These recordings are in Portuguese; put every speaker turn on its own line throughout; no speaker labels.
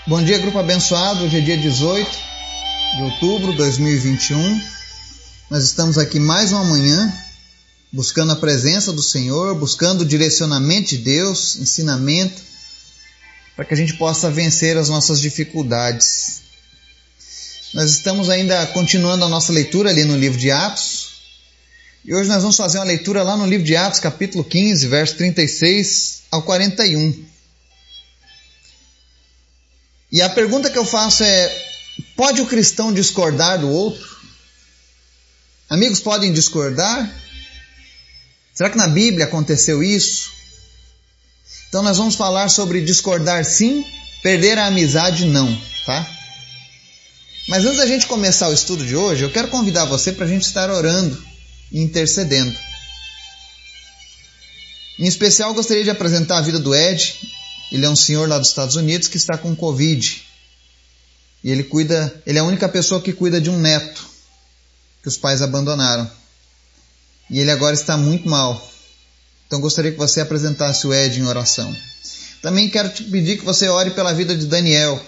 Bom dia, grupo abençoado. Hoje é dia 18 de outubro de 2021. Nós estamos aqui mais uma manhã, buscando a presença do Senhor, buscando o direcionamento de Deus, ensinamento, para que a gente possa vencer as nossas dificuldades. Nós estamos ainda continuando a nossa leitura ali no livro de Atos. E hoje nós vamos fazer uma leitura lá no livro de Atos, capítulo 15, verso 36 ao 41. E a pergunta que eu faço é: pode o cristão discordar do outro? Amigos podem discordar? Será que na Bíblia aconteceu isso? Então nós vamos falar sobre discordar sim, perder a amizade não, tá? Mas antes da gente começar o estudo de hoje, eu quero convidar você para a gente estar orando e intercedendo. Em especial, eu gostaria de apresentar a vida do Ed. Ele é um senhor lá dos Estados Unidos que está com Covid. E ele é a única pessoa que cuida de um neto que os pais abandonaram. E ele agora está muito mal. Então gostaria que você apresentasse o Ed em oração. Também quero te pedir que você ore pela vida de Daniel.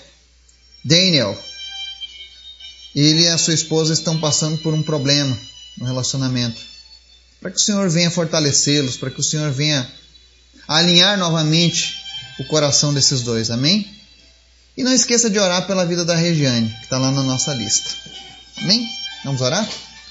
Ele e a sua esposa estão passando por um problema no relacionamento. Para que o Senhor venha fortalecê-los, para que o Senhor venha alinhar novamente o coração desses dois, amém? E não esqueça de orar pela vida da Regiane, que está lá na nossa lista, amém? Vamos orar?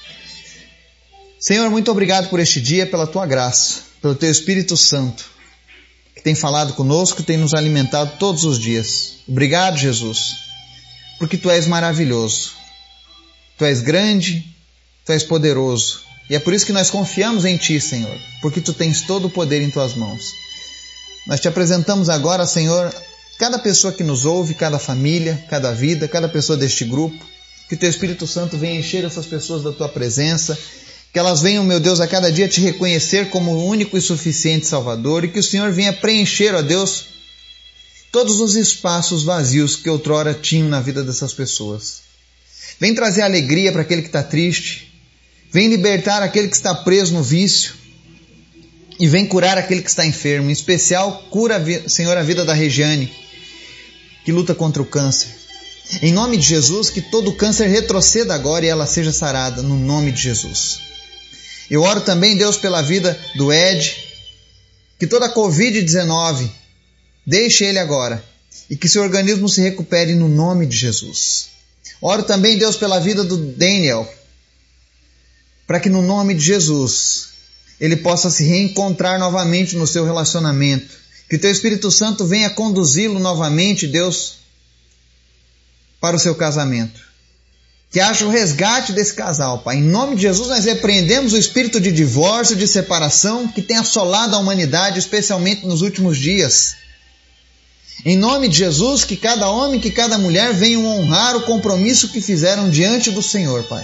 Senhor, muito obrigado por este dia, pela Tua graça, pelo Teu Espírito Santo, que tem falado conosco, que tem nos alimentado todos os dias. Obrigado, Jesus, porque Tu és maravilhoso, Tu és grande, Tu és poderoso, e é por isso que nós confiamos em Ti, Senhor, porque Tu tens todo o poder em Tuas mãos. Nós Te apresentamos agora, Senhor, cada pessoa que nos ouve, cada família, cada vida, cada pessoa deste grupo. Que o Teu Espírito Santo venha encher essas pessoas da Tua presença. Que elas venham, meu Deus, a cada dia Te reconhecer como o único e suficiente Salvador. E que o Senhor venha preencher, ó Deus, todos os espaços vazios que outrora tinham na vida dessas pessoas. Vem trazer alegria para aquele que está triste. Vem libertar aquele que está preso no vício. E vem curar aquele que está enfermo. Em especial, cura, Senhor, a vida da Regiane, que luta contra o câncer. Em nome de Jesus, que todo câncer retroceda agora e ela seja sarada, no nome de Jesus. Eu oro também, Deus, pela vida do Ed, que toda a Covid-19 deixe ele agora e que seu organismo se recupere no nome de Jesus. Oro também, Deus, pela vida do Daniel, para que no nome de Jesus ele possa se reencontrar novamente no seu relacionamento. Que o Teu Espírito Santo venha conduzi-lo novamente, Deus, para o seu casamento. Que haja o resgate desse casal, Pai. Em nome de Jesus, nós repreendemos o espírito de divórcio, de separação que tem assolado a humanidade, especialmente nos últimos dias. Em nome de Jesus, que cada homem, que cada mulher venham honrar o compromisso que fizeram diante do Senhor, Pai.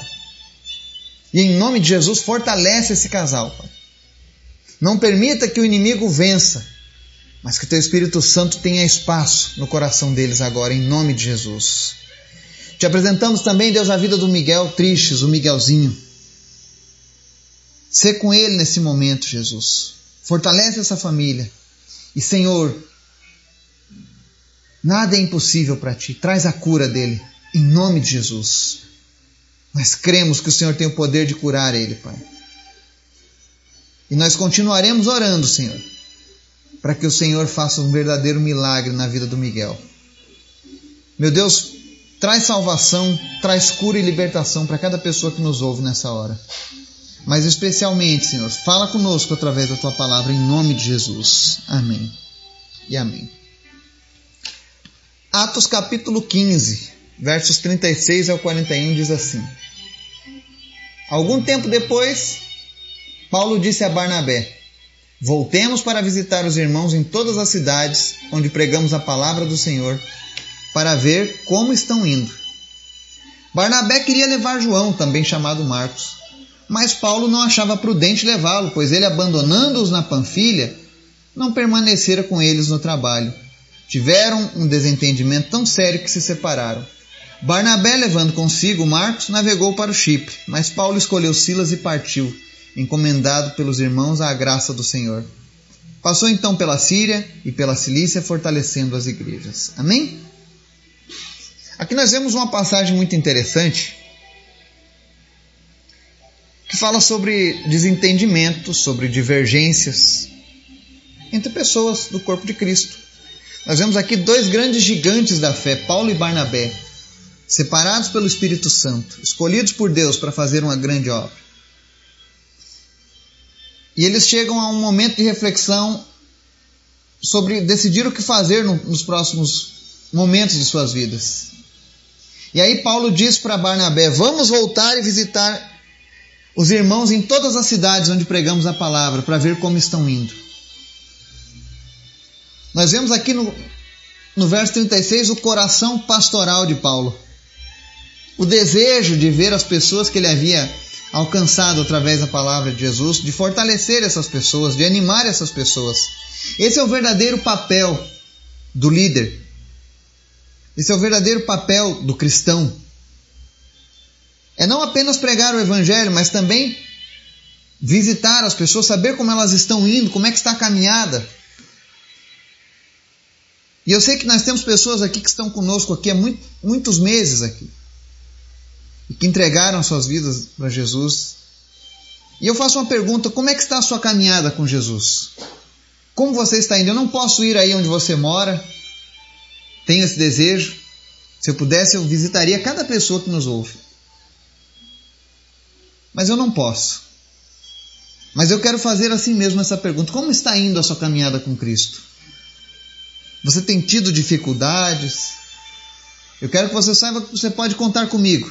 E em nome de Jesus, fortalece esse casal, Pai. Não permita que o inimigo vença, mas que o Teu Espírito Santo tenha espaço no coração deles agora, em nome de Jesus. Te apresentamos também, Deus, a vida do Miguel Tristes, o Miguelzinho. Sê com ele nesse momento, Jesus. Fortalece essa família. E, Senhor, nada é impossível para Ti. Traz a cura dele, em nome de Jesus. Nós cremos que o Senhor tem o poder de curar ele, Pai. E nós continuaremos orando, Senhor, para que o Senhor faça um verdadeiro milagre na vida do Miguel. Meu Deus, traz salvação, traz cura e libertação para cada pessoa que nos ouve nessa hora. Mas especialmente, Senhor, fala conosco através da Tua palavra, em nome de Jesus. Amém e amém. Atos capítulo 15, versos 36 ao 41 diz assim: Algum tempo depois, Paulo disse a Barnabé: Voltemos para visitar os irmãos em todas as cidades onde pregamos a palavra do Senhor, para ver como estão indo. Barnabé queria levar João, também chamado Marcos, mas Paulo não achava prudente levá-lo, pois ele, abandonando-os na Panfilha, não permanecera com eles no trabalho. Tiveram um desentendimento tão sério que se separaram. Barnabé, levando consigo Marcos, navegou para o Chipre, mas Paulo escolheu Silas e partiu, encomendado pelos irmãos à graça do Senhor. Passou então pela Síria e pela Cilícia, fortalecendo as igrejas. Amém? Aqui nós vemos uma passagem muito interessante que fala sobre desentendimento, sobre divergências entre pessoas do corpo de Cristo. Nós vemos aqui dois grandes gigantes da fé, Paulo e Barnabé, separados pelo Espírito Santo, escolhidos por Deus para fazer uma grande obra. E eles chegam a um momento de reflexão sobre decidir o que fazer nos próximos momentos de suas vidas. E aí Paulo diz para Barnabé: vamos voltar e visitar os irmãos em todas as cidades onde pregamos a palavra, para ver como estão indo. Nós vemos aqui no verso 36 o coração pastoral de Paulo. O desejo de ver as pessoas que ele havia alcançado através da palavra de Jesus, de fortalecer essas pessoas, de animar essas pessoas. Esse é o verdadeiro papel do líder. Esse é o verdadeiro papel do cristão. É não apenas pregar o evangelho, mas também visitar as pessoas, saber como elas estão indo, como é que está a caminhada. E eu sei que nós temos pessoas aqui que estão conosco aqui há muitos meses aqui, e que entregaram suas vidas para Jesus. E eu faço uma pergunta: como é que está a sua caminhada com Jesus? Como você está indo? Eu não posso ir aí onde você mora, tenho esse desejo. Se eu pudesse, eu visitaria cada pessoa que nos ouve. Mas eu não posso. Mas eu quero fazer assim mesmo essa pergunta: como está indo a sua caminhada com Cristo? Você tem tido dificuldades? Eu quero que você saiba que você pode contar comigo.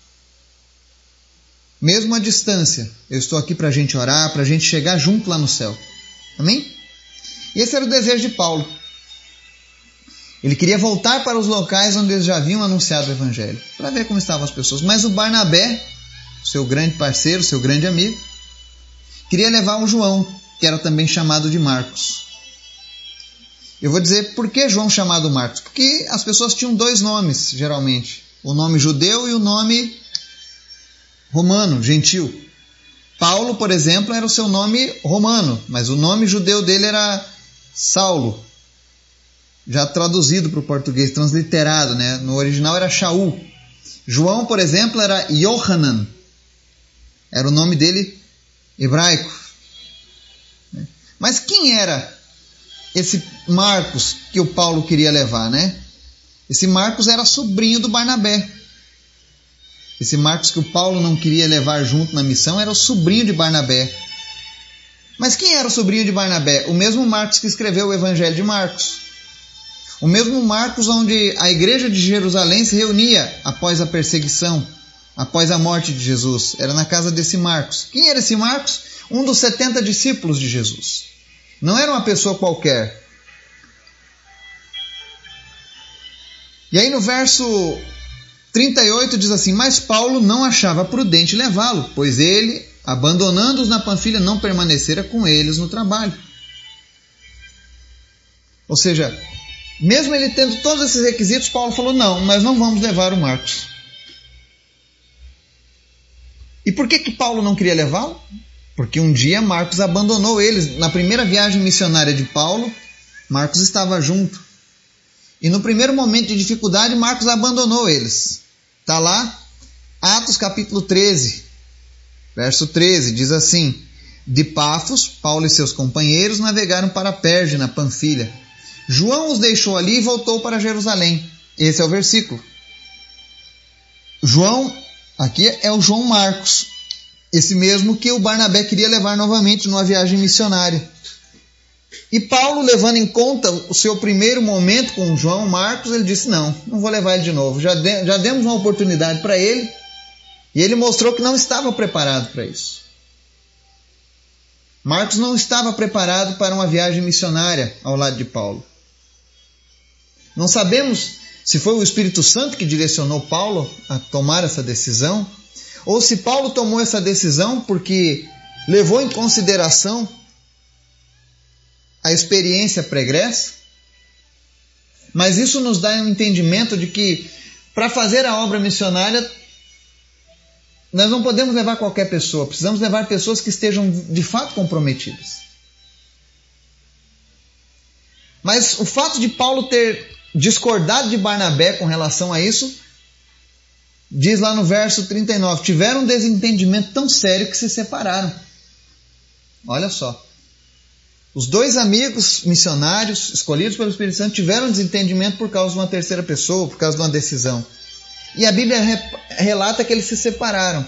Mesmo à distância, eu estou aqui para a gente orar, para a gente chegar junto lá no céu. Amém? E esse era o desejo de Paulo. Ele queria voltar para os locais onde eles já haviam anunciado o evangelho, para ver como estavam as pessoas. Mas o Barnabé, seu grande parceiro, seu grande amigo, queria levar o João, que era também chamado de Marcos. Eu vou dizer por que João chamado Marcos. Porque as pessoas tinham dois nomes, geralmente. O nome judeu e o nome romano, gentil. Paulo, por exemplo, era o seu nome romano, mas o nome judeu dele era Saulo. Já traduzido para o português, transliterado, né? No original era Shaul. João, por exemplo, era Yohanan. Era o nome dele hebraico. Mas quem era esse Marcos que o Paulo queria levar, né? Esse Marcos era sobrinho do Barnabé. Esse Marcos que o Paulo não queria levar junto na missão era o sobrinho de Barnabé. Mas quem era o sobrinho de Barnabé? O mesmo Marcos que escreveu o Evangelho de Marcos. O mesmo Marcos onde a igreja de Jerusalém se reunia após a perseguição, após a morte de Jesus. Era na casa desse Marcos. Quem era esse Marcos? Um dos 70 discípulos de Jesus. Não era uma pessoa qualquer. E aí no verso 38 diz assim: mas Paulo não achava prudente levá-lo, pois ele, abandonando-os na Panfilha, não permanecera com eles no trabalho. Ou seja, mesmo ele tendo todos esses requisitos, Paulo falou: não, nós não vamos levar o Marcos. E por que Paulo não queria levá-lo? Porque um dia Marcos abandonou eles. Na primeira viagem missionária de Paulo, Marcos estava junto. E no primeiro momento de dificuldade, Marcos abandonou eles. Está lá, Atos capítulo 13, verso 13, diz assim: de Pafos, Paulo e seus companheiros navegaram para Perge, na Panfilha. João os deixou ali e voltou para Jerusalém. Esse é o versículo. João, aqui é o João Marcos. Esse mesmo que o Barnabé queria levar novamente numa viagem missionária. E Paulo, levando em conta o seu primeiro momento com João Marcos, ele disse: não vou levar ele de novo. Já demos uma oportunidade para ele, e ele mostrou que não estava preparado para isso. Marcos não estava preparado para uma viagem missionária ao lado de Paulo. Não sabemos se foi o Espírito Santo que direcionou Paulo a tomar essa decisão, ou se Paulo tomou essa decisão porque levou em consideração a experiência pregressa. Mas isso nos dá um entendimento de que para fazer a obra missionária nós não podemos levar qualquer pessoa, precisamos levar pessoas que estejam de fato comprometidas. Mas o fato de Paulo ter discordado de Barnabé com relação a isso, diz lá no verso 39, tiveram um desentendimento tão sério que se separaram. Olha só. Os dois amigos missionários escolhidos pelo Espírito Santo tiveram um desentendimento por causa de uma terceira pessoa, por causa de uma decisão. E a Bíblia relata que eles se separaram.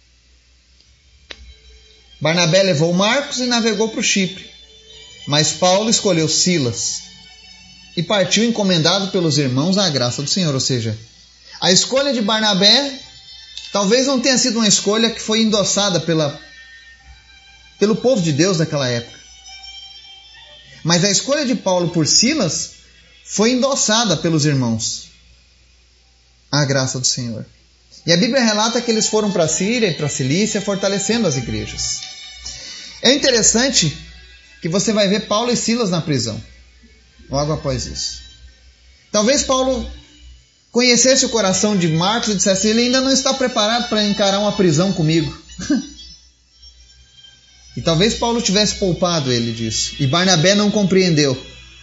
Barnabé levou Marcos e navegou para o Chipre. Mas Paulo escolheu Silas e partiu encomendado pelos irmãos à graça do Senhor. Ou seja, a escolha de Barnabé talvez não tenha sido uma escolha que foi endossada pelo povo de Deus daquela época. Mas a escolha de Paulo por Silas foi endossada pelos irmãos à graça do Senhor. E a Bíblia relata que eles foram para a Síria e para a Cilícia fortalecendo as igrejas. É interessante que você vai ver Paulo e Silas na prisão, logo após isso. Talvez Paulo conhecesse o coração de Marcos e dissesse, ele ainda não está preparado para encarar uma prisão comigo. E talvez Paulo tivesse poupado ele disso. E Barnabé não compreendeu.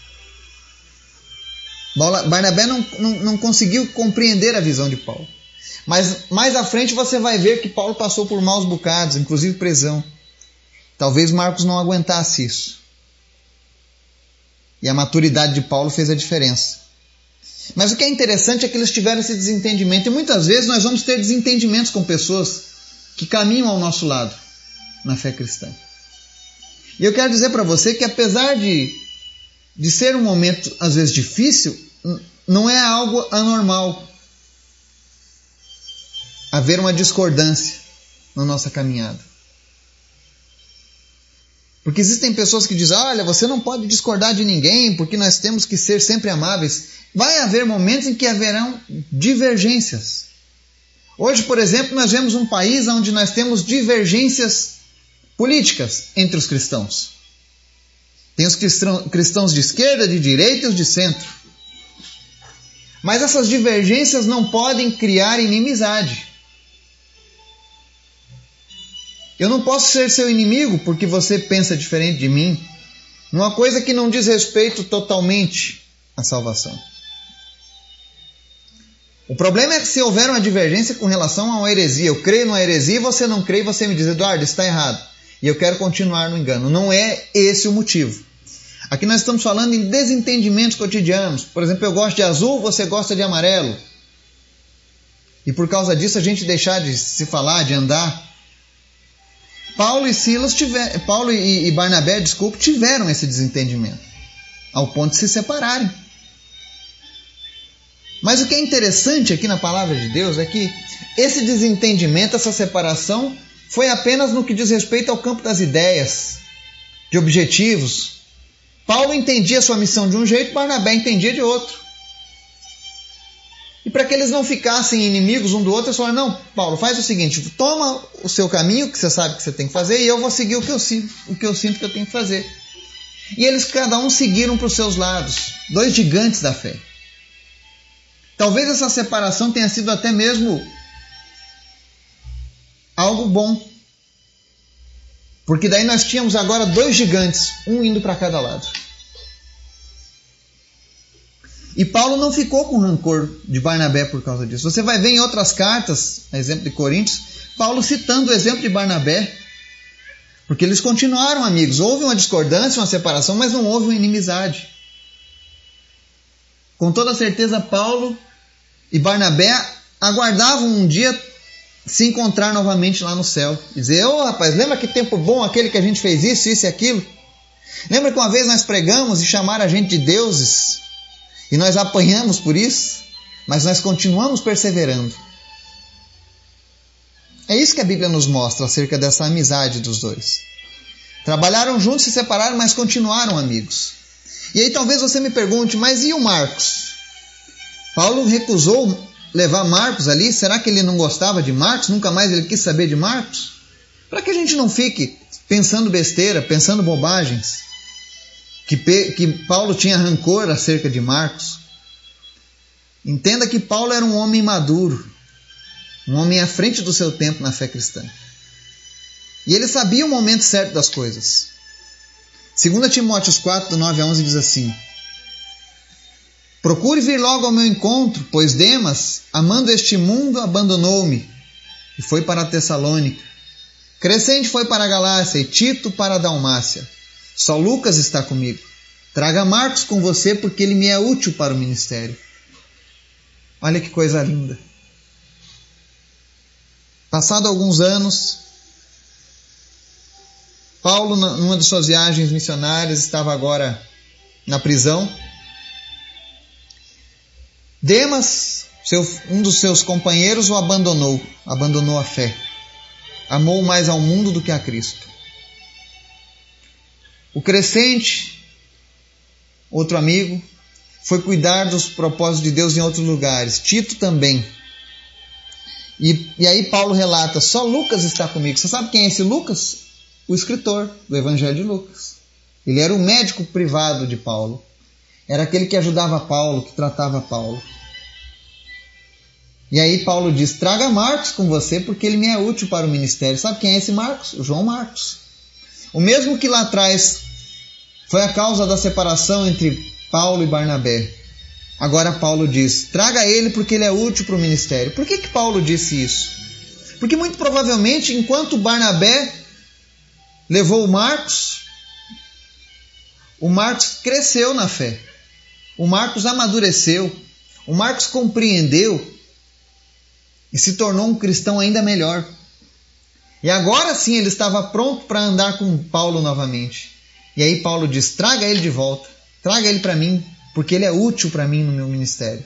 Barnabé não conseguiu compreender a visão de Paulo. Mas mais à frente você vai ver que Paulo passou por maus bocados, inclusive prisão. Talvez Marcos não aguentasse isso. E a maturidade de Paulo fez a diferença. Mas o que é interessante é que eles tiveram esse desentendimento. E muitas vezes nós vamos ter desentendimentos com pessoas que caminham ao nosso lado na fé cristã. E eu quero dizer para você que apesar de ser um momento às vezes difícil, não é algo anormal haver uma discordância na nossa caminhada. Porque existem pessoas que dizem, olha, você não pode discordar de ninguém, porque nós temos que ser sempre amáveis. Vai haver momentos em que haverão divergências. Hoje, por exemplo, nós vemos um país onde nós temos divergências políticas entre os cristãos. Tem os cristãos de esquerda, de direita e os de centro. Mas essas divergências não podem criar inimizade. Eu não posso ser seu inimigo porque você pensa diferente de mim, numa coisa que não diz respeito totalmente à salvação. O problema é que se houver uma divergência com relação a uma heresia, eu creio numa heresia e você não crê, e você me diz, Eduardo, isso está errado, e eu quero continuar no engano. Não é esse o motivo. Aqui nós estamos falando em desentendimentos cotidianos. Por exemplo, eu gosto de azul, você gosta de amarelo. E por causa disso a gente deixar de se falar, de andar. Paulo e Barnabé, tiveram esse desentendimento, ao ponto de se separarem. Mas o que é interessante aqui na palavra de Deus é que esse desentendimento, essa separação, foi apenas no que diz respeito ao campo das ideias, de objetivos. Paulo entendia a sua missão de um jeito, Barnabé entendia de outro. E para que eles não ficassem inimigos um do outro, eles falaram, não, Paulo, faz o seguinte, toma o seu caminho, que você sabe que você tem que fazer, e eu vou seguir o que eu sinto que eu tenho que fazer. E eles cada um seguiram para os seus lados, dois gigantes da fé. Talvez essa separação tenha sido até mesmo algo bom. Porque daí nós tínhamos agora dois gigantes, um indo para cada lado. E Paulo não ficou com rancor de Barnabé por causa disso. Você vai ver em outras cartas, a exemplo de Coríntios, Paulo citando o exemplo de Barnabé. Porque eles continuaram amigos. Houve uma discordância, uma separação, mas não houve uma inimizade. Com toda certeza, Paulo e Barnabé aguardavam um dia se encontrar novamente lá no céu. E dizer, rapaz, lembra que tempo bom aquele que a gente fez isso e aquilo? Lembra que uma vez nós pregamos e chamaram a gente de deuses? E nós apanhamos por isso, mas nós continuamos perseverando. É isso que a Bíblia nos mostra acerca dessa amizade dos dois. Trabalharam juntos, se separaram, mas continuaram amigos. E aí talvez você me pergunte, mas e o Marcos? Paulo recusou levar Marcos ali? Será que ele não gostava de Marcos? Nunca mais ele quis saber de Marcos? Para que a gente não fique pensando besteira, pensando bobagens, que Paulo tinha rancor acerca de Marcos. Entenda que Paulo era um homem maduro, um homem à frente do seu tempo na fé cristã. E ele sabia o momento certo das coisas. 2 Timóteo 4, do 9 a 11 diz assim: Procure vir logo ao meu encontro, pois Demas, amando este mundo, abandonou-me e foi para Tessalônica. Crescente foi para a Galácia e Tito para a Dalmácia. Só Lucas está comigo. Traga Marcos com você, porque ele me é útil para o ministério. Olha que coisa linda. Passado alguns anos, Paulo, numa de suas viagens missionárias, estava agora na prisão. Demas, um dos seus companheiros, o abandonou a fé. Amou mais ao mundo do que a Cristo. O Crescente, outro amigo, foi cuidar dos propósitos de Deus em outros lugares. Tito também. E aí Paulo relata, só Lucas está comigo. Você sabe quem é esse Lucas? O escritor do Evangelho de Lucas. Ele era o médico privado de Paulo. Era aquele que ajudava Paulo, que tratava Paulo. E aí Paulo diz, traga Marcos com você, porque ele me é útil para o ministério. Sabe quem é esse Marcos? O João Marcos. O mesmo que lá atrás foi a causa da separação entre Paulo e Barnabé. Agora Paulo diz, traga ele porque ele é útil para o ministério. Por que Paulo disse isso? Porque muito provavelmente, enquanto Barnabé levou o Marcos cresceu na fé. O Marcos amadureceu. O Marcos compreendeu e se tornou um cristão ainda melhor. E agora sim ele estava pronto para andar com Paulo novamente. E aí Paulo diz, traga ele de volta. Traga ele para mim, porque ele é útil para mim no meu ministério.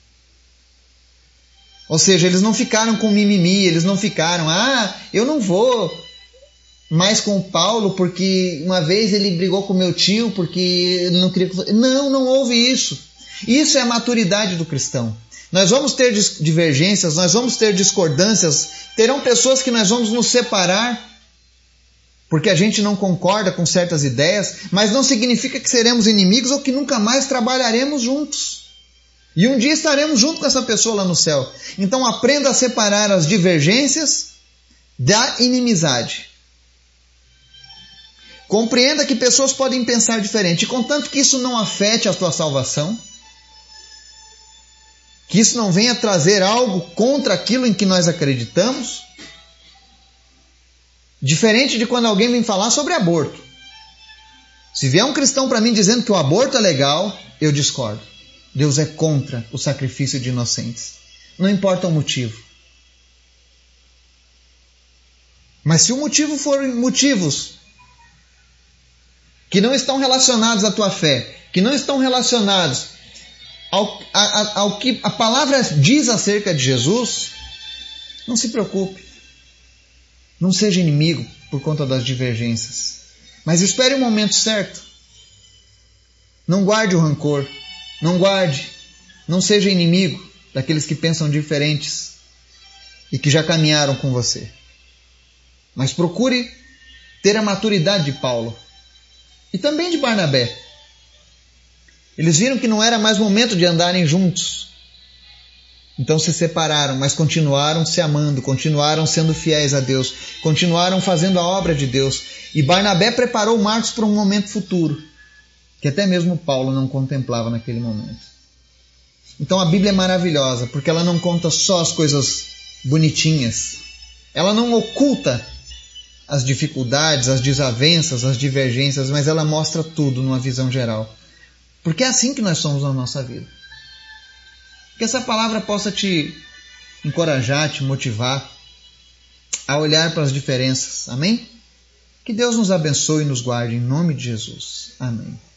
Ou seja, eles não ficaram com mimimi, eles não ficaram, eu não vou mais com o Paulo porque uma vez ele brigou com meu tio porque ele não queria... Não houve isso. Isso é a maturidade do cristão. Nós vamos ter divergências, nós vamos ter discordâncias, terão pessoas que nós vamos nos separar porque a gente não concorda com certas ideias, mas não significa que seremos inimigos ou que nunca mais trabalharemos juntos. E um dia estaremos juntos com essa pessoa lá no céu. Então aprenda a separar as divergências da inimizade. Compreenda que pessoas podem pensar diferente, e contanto que isso não afete a tua salvação, que isso não venha trazer algo contra aquilo em que nós acreditamos. Diferente de quando alguém vem falar sobre aborto. Se vier um cristão para mim dizendo que o aborto é legal, eu discordo. Deus é contra o sacrifício de inocentes. Não importa o motivo. Mas se o motivo forem motivos que não estão relacionados à tua fé, que não estão relacionados ao que a palavra diz acerca de Jesus, não se preocupe. Não seja inimigo por conta das divergências. Mas espere o momento certo. Não guarde o rancor. Não seja inimigo daqueles que pensam diferentes e que já caminharam com você. Mas procure ter a maturidade de Paulo e também de Barnabé. Eles viram que não era mais momento de andarem juntos. Então se separaram, mas continuaram se amando, continuaram sendo fiéis a Deus, continuaram fazendo a obra de Deus. E Barnabé preparou Marcos para um momento futuro, que até mesmo Paulo não contemplava naquele momento. Então a Bíblia é maravilhosa, porque ela não conta só as coisas bonitinhas. Ela não oculta as dificuldades, as desavenças, as divergências, mas ela mostra tudo numa visão geral. Porque é assim que nós somos na nossa vida. Que essa palavra possa te encorajar, te motivar a olhar para as diferenças. Amém? Que Deus nos abençoe e nos guarde em nome de Jesus. Amém.